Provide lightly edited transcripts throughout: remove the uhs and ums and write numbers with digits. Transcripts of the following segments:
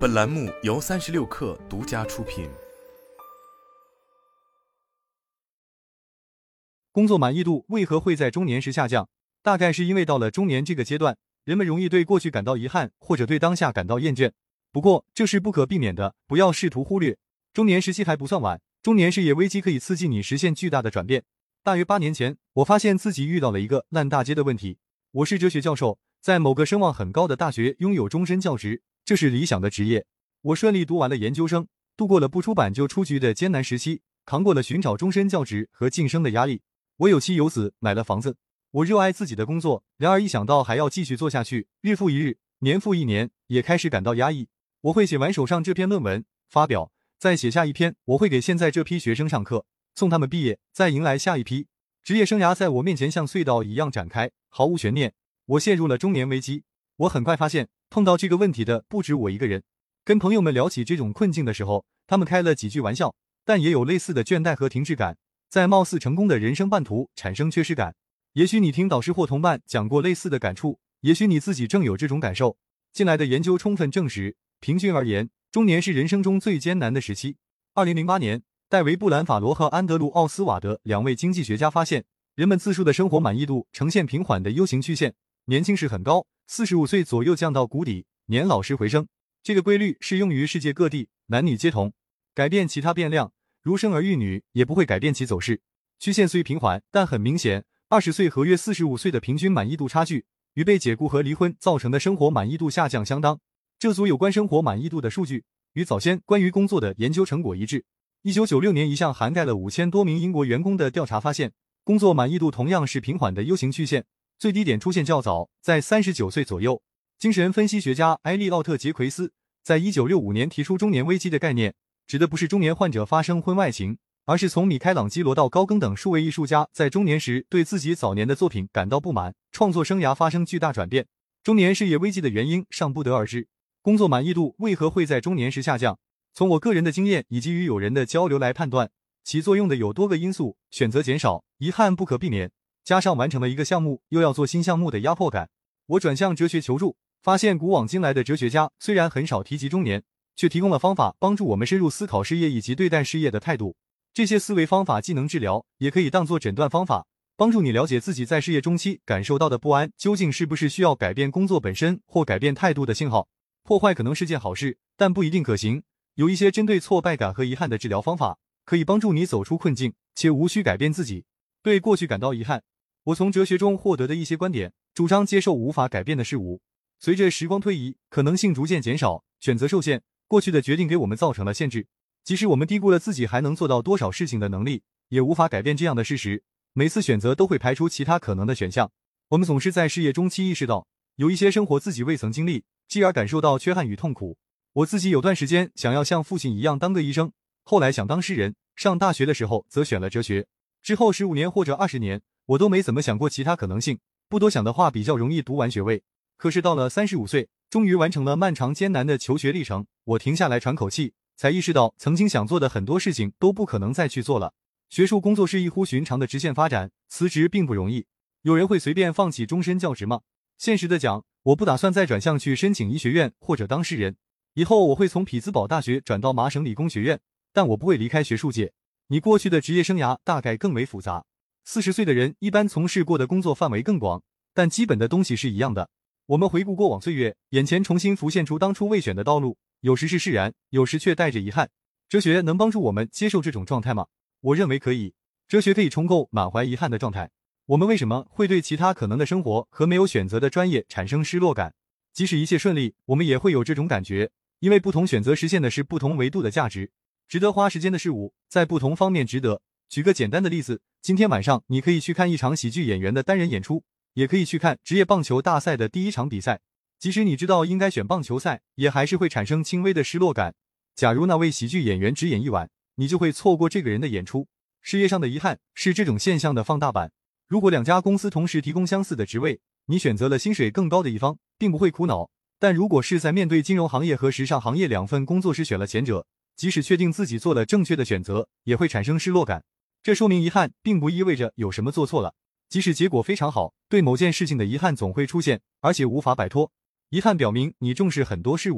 本栏目由36氪独家出品。 工作满意度为何会在中年时下降？大概是因为到了中年这个阶段，人们容易对过去感到遗憾，或者对当下感到厌倦。不过这是不可避免的，不要试图忽略。中年时期还不算晚，中年事业危机可以刺激你实现巨大的转变。大约8年前，我发现自己遇到了一个烂大街的问题。我是哲学教授，在某个声望很高的大学拥有终身教职，这是理想的职业。我顺利读完了研究生，度过了不出版就出局的艰难时期，扛过了寻找终身教职和晋升的压力。我有妻有子，买了房子。我热爱自己的工作，然而一想到还要继续做下去，日复一日，年复一年，也开始感到压抑。我会写完手上这篇论文，发表，再写下一篇，我会给现在这批学生上课，送他们毕业，再迎来下一批。职业生涯在我面前像隧道一样展开，毫无悬念。我陷入了中年危机。我很快发现，碰到这个问题的不止我一个人。跟朋友们聊起这种困境的时候，他们开了几句玩笑，但也有类似的倦怠和停滞感，在貌似成功的人生半途产生缺失感。也许你听导师或同伴讲过类似的感触，也许你自己正有这种感受。近来的研究充分证实，平均而言，中年是人生中最艰难的时期。2008年，戴维·布兰法罗和安德鲁·奥斯瓦德2位经济学家发现，人们自述的生活满意度呈现平缓的 U 型曲线，年轻时很高，45岁左右降到谷底，年老时回升。这个规律适用于世界各地，男女皆同。改变其他变量，如生儿育女，也不会改变其走势。曲线虽平缓，但很明显，20岁和约45岁的平均满意度差距，与被解雇和离婚造成的生活满意度下降相当。这组有关生活满意度的数据，与早先关于工作的研究成果一致。1996年一项涵盖了5000多名英国员工的调查发现，工作满意度同样是平缓的 U 型曲线，最低点出现较早，在39岁左右。精神分析学家埃利奥特·杰奎斯在1965年提出中年危机的概念，指的不是中年患者发生婚外情，而是从米开朗基罗到高更等数位艺术家在中年时对自己早年的作品感到不满，创作生涯发生巨大转变。中年事业危机的原因尚不得而知。工作满意度为何会在中年时下降？从我个人的经验以及与友人的交流来判断，起作用的有多个因素：选择减少，遗憾不可避免，加上完成了一个项目又要做新项目的压迫感。我转向哲学求助，发现古往今来的哲学家虽然很少提及中年，却提供了方法帮助我们深入思考事业以及对待事业的态度。这些思维方法既能治疗，也可以当作诊断方法，帮助你了解自己在事业中期感受到的不安究竟是不是需要改变工作本身或改变态度的信号。破坏可能是件好事，但不一定可行。有一些针对挫败感和遗憾的治疗方法，可以帮助你走出困境，且无需改变自己。对过去感到遗憾，我从哲学中获得的一些观点，主张接受无法改变的事物。随着时光推移，可能性逐渐减少，选择受限，过去的决定给我们造成了限制。即使我们低估了自己还能做到多少事情的能力，也无法改变这样的事实。每次选择都会排除其他可能的选项。我们总是在事业中期意识到，有一些生活自己未曾经历，继而感受到缺憾与痛苦。我自己有段时间想要像父亲一样当个医生，后来想当诗人，上大学的时候则选了哲学。之后15年或者20年，我都没怎么想过其他可能性。不多想的话，比较容易读完学位。可是到了35岁，终于完成了漫长艰难的求学历程，我停下来喘口气，才意识到曾经想做的很多事情都不可能再去做了。学术工作是异乎寻常的直线发展，辞职并不容易。有人会随便放弃终身教职吗？现实的讲，我不打算再转向去申请医学院或者当诗人。以后我会从匹兹堡大学转到麻省理工学院，但我不会离开学术界。你过去的职业生涯大概更为复杂。40岁的人一般从事过的工作范围更广，但基本的东西是一样的。我们回顾过往岁月，眼前重新浮现出当初未选的道路，有时是释然，有时却带着遗憾。哲学能帮助我们接受这种状态吗？我认为可以。哲学可以重构满怀遗憾的状态。我们为什么会对其他可能的生活和没有选择的专业产生失落感？即使一切顺利，我们也会有这种感觉，因为不同选择实现的是不同维度的价值。值得花时间的事物，在不同方面值得。举个简单的例子，今天晚上你可以去看一场喜剧演员的单人演出，也可以去看职业棒球大赛的第一场比赛。即使你知道应该选棒球赛，也还是会产生轻微的失落感。假如那位喜剧演员只演一晚，你就会错过这个人的演出。事业上的遗憾是这种现象的放大版。如果2家公司同时提供相似的职位，你选择了薪水更高的一方，并不会苦恼。但如果是在面对金融行业和时尚行业2份工作时选了前者，即使确定自己做了正确的选择，也会产生失落感。这说明遗憾并不意味着有什么做错了。即使结果非常好，对某件事情的遗憾总会出现，而且无法摆脱。遗憾表明你重视很多事物。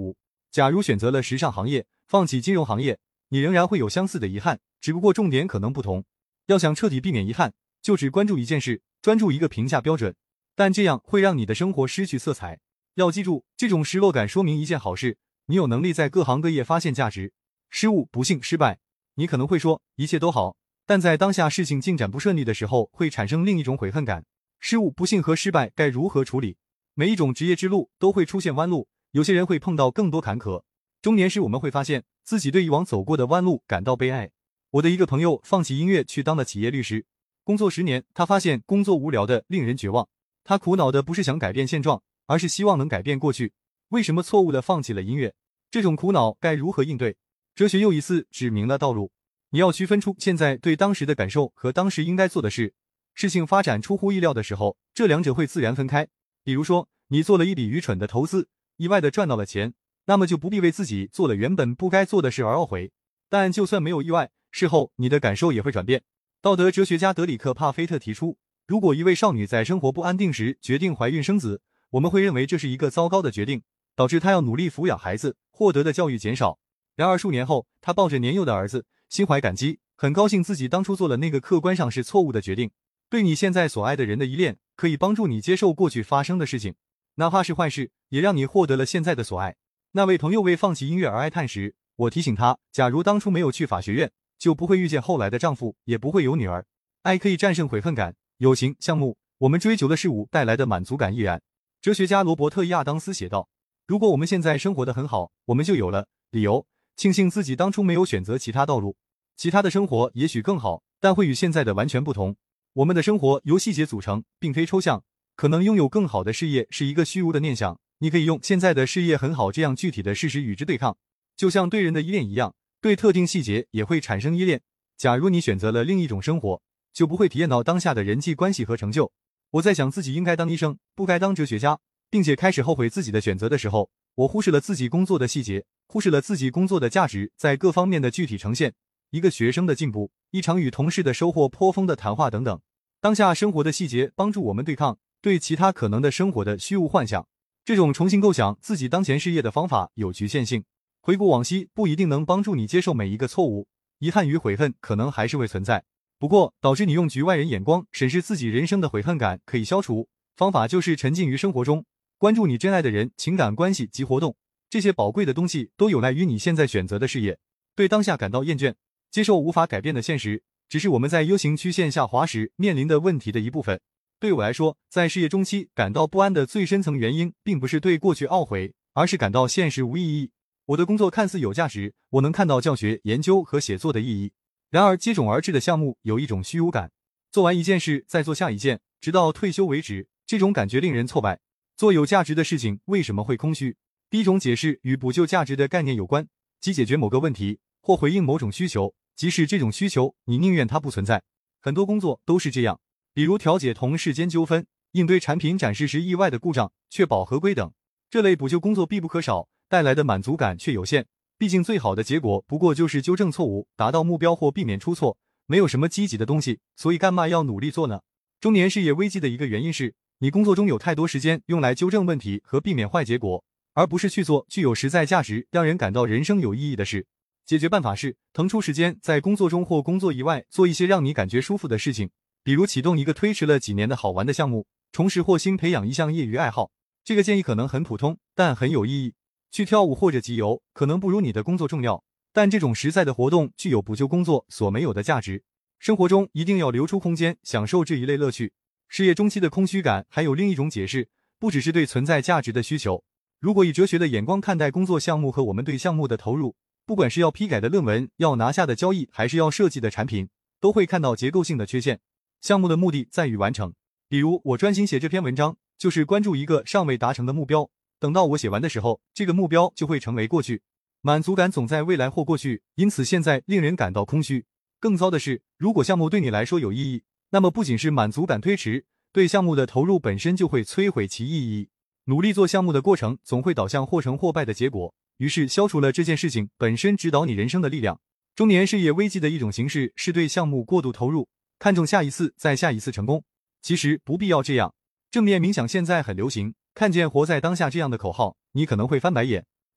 假如选择了时尚行业，放弃金融行业，你仍然会有相似的遗憾，只不过重点可能不同。要想彻底避免遗憾，就只关注一件事，专注一个评价标准，但这样会让你的生活失去色彩。要记住，这种失落感说明一件好事，你有能力在各行各业发现价值。失误、不幸、失败，你可能会说一切都好，但在当下事情进展不顺利的时候，会产生另一种悔恨感。失误、不幸和失败该如何处理？每一种职业之路都会出现弯路，有些人会碰到更多坎坷。中年时我们会发现自己对以往走过的弯路感到悲哀。我的一个朋友放弃音乐去当了企业律师，工作10年，他发现工作无聊的令人绝望。他苦恼的不是想改变现状，而是希望能改变过去。为什么错误的放弃了音乐？这种苦恼该如何应对？哲学又一次指明了道路。你要区分出现在对当时的感受和当时应该做的事。事情发展出乎意料的时候，这两者会自然分开。比如说，你做了一笔愚蠢的投资，意外的赚到了钱，那么就不必为自己做了原本不该做的事而懊悔。但就算没有意外，事后你的感受也会转变。道德哲学家德里克·帕菲特提出，如果一位少女在生活不安定时决定怀孕生子，我们会认为这是一个糟糕的决定，导致她要努力抚养孩子，获得的教育减少。然而数年后，她抱着年幼的儿子，心怀感激，很高兴自己当初做了那个客观上是错误的决定。对你现在所爱的人的依恋，可以帮助你接受过去发生的事情，哪怕是坏事，也让你获得了现在的所爱。那位朋友为放弃音乐而哀叹时，我提醒他，假如当初没有去法学院，就不会遇见后来的丈夫，也不会有女儿。爱可以战胜悔恨感，友情、项目，我们追求的事物带来的满足感亦然。哲学家罗伯特·亚当斯写道，如果我们现在生活得很好，我们就有了理由庆幸自己当初没有选择其他道路。其他的生活也许更好，但会与现在的完全不同。我们的生活由细节组成，并非抽象。可能拥有更好的事业是一个虚无的念想，你可以用现在的事业很好这样具体的事实与之对抗。就像对人的依恋一样，对特定细节也会产生依恋。假如你选择了另一种生活，就不会体验到当下的人际关系和成就。我在想自己应该当医生，不该当哲学家，并且开始后悔自己的选择的时候，我忽视了自己工作的细节，忽视了自己工作的价值在各方面的具体呈现，一个学生的进步，一场与同事的收获颇丰的谈话等等。当下生活的细节帮助我们对抗对其他可能的生活的虚无幻想。这种重新构想自己当前事业的方法有局限性，回顾往昔不一定能帮助你接受每一个错误，遗憾与悔恨可能还是会存在。不过导致你用局外人眼光审视自己人生的悔恨感可以消除，方法就是沉浸于生活中，关注你真爱的人、情感关系及活动，这些宝贵的东西都有赖于你现在选择的事业。对当下感到厌倦，接受无法改变的现实，只是我们在 U 型曲线下滑时面临的问题的一部分。对我来说，在事业中期感到不安的最深层原因，并不是对过去懊悔，而是感到现实无意义。我的工作看似有价值，我能看到教学、研究和写作的意义。然而接踵而至的项目有一种虚无感，做完一件事再做下一件，直到退休为止，这种感觉令人挫败。做有价值的事情为什么会空虚？第一种解释与补救价值的概念有关，即解决某个问题或回应某种需求，即使这种需求你宁愿它不存在。很多工作都是这样，比如调解同事间纠纷、应对产品展示时意外的故障、确保合规等。这类补救工作必不可少，带来的满足感却有限。毕竟最好的结果不过就是纠正错误，达到目标或避免出错，没有什么积极的东西，所以干嘛要努力做呢？中年事业危机的一个原因是，你工作中有太多时间用来纠正问题和避免坏结果，而不是去做具有实在价值、让人感到人生有意义的事。解决办法是，腾出时间在工作中或工作以外做一些让你感觉舒服的事情，比如启动一个推迟了几年的好玩的项目，重拾或新培养一项业余爱好。这个建议可能很普通，但很有意义。去跳舞或者集邮，可能不如你的工作重要，但这种实在的活动具有补救工作所没有的价值。生活中一定要留出空间，享受这一类乐趣。事业中期的空虚感还有另一种解释，不只是对存在价值的需求。如果以哲学的眼光看待工作项目和我们对项目的投入，不管是要批改的论文、要拿下的交易，还是要设计的产品，都会看到结构性的缺陷。项目的目的在于完成，比如我专心写这篇文章，就是关注一个尚未达成的目标。等到我写完的时候，这个目标就会成为过去。满足感总在未来或过去，因此现在令人感到空虚。更糟的是，如果项目对你来说有意义，那么不仅是满足感推迟，对项目的投入本身就会摧毁其意义。努力做项目的过程总会导向或成或败的结果，于是消除了这件事情本身指导你人生的力量。中年事业危机的一种形式是对项目过度投入，看重下一次再下一次成功。其实不必要这样。正念冥想现在很流行，看见活在当下这样的口号，你可能会翻白眼。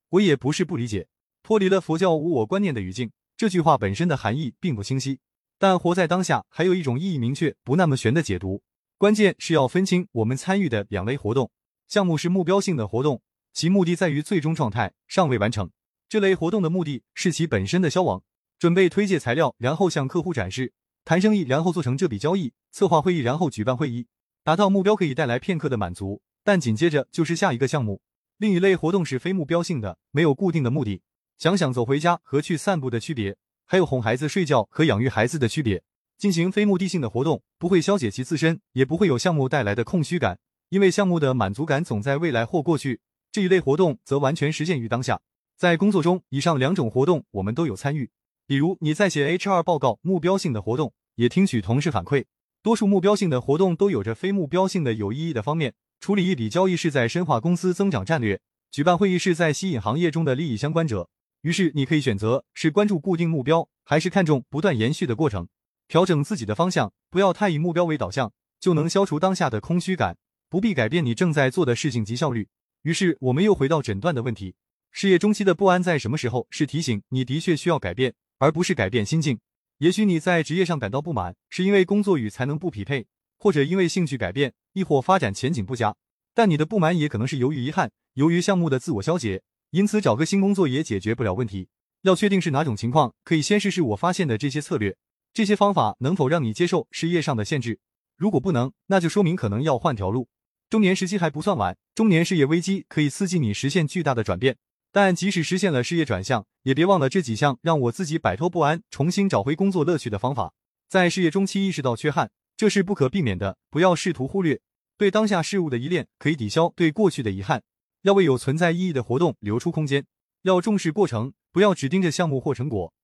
我也不是不理解，脱离了佛教无我观念的语境，这句话本身的含义并不清晰。但活在当下还有一种意义明确、不那么玄的解读，关键是要分清我们参与的两类活动。项目是目标性的活动，其目的在于最终状态尚未完成。这类活动的目的是其本身的消亡，准备推介材料，然后向客户展示，谈生意，然后做成这笔交易，策划会议，然后举办会议，达到目标可以带来片刻的满足，但紧接着就是下一个项目。另一类活动是非目标性的，没有固定的目的。想想走回家和去散步的区别，还有哄孩子睡觉和养育孩子的区别。进行非目的性的活动，不会消解其自身，也不会有项目带来的空虚感，因为项目的满足感总在未来或过去。这一类活动则完全实现于当下。在工作中，以上两种活动我们都有参与。比如你在写 HR 报告，目标性的活动，也听取同事反馈。多数目标性的活动都有着非目标性的有意义的方面。处理一笔交易是在深化公司增长战略，举办会议是在吸引行业中的利益相关者。于是你可以选择是关注固定目标，还是看重不断延续的过程。调整自己的方向，不要太以目标为导向，就能消除当下的空虚感，不必改变你正在做的事情及效率。于是我们又回到诊断的问题，事业中期的不安在什么时候是提醒你的确需要改变，而不是改变心境。也许你在职业上感到不满，是因为工作与才能不匹配，或者因为兴趣改变，亦或发展前景不佳。但你的不满也可能是由于遗憾，由于项目的自我消解，因此找个新工作也解决不了问题。要确定是哪种情况，可以先试试我发现的这些策略，这些方法能否让你接受事业上的限制。如果不能，那就说明可能要换条路。中年时期还不算晚，中年事业危机可以刺激你实现巨大的转变。但即使实现了事业转向，也别忘了这几项让我自己摆脱不安，重新找回工作乐趣的方法。在事业中期意识到缺憾，这是不可避免的，不要试图忽略。对当下事物的依恋可以抵消对过去的遗憾，要为有存在意义的活动留出空间。要重视过程，不要只盯着项目或成果，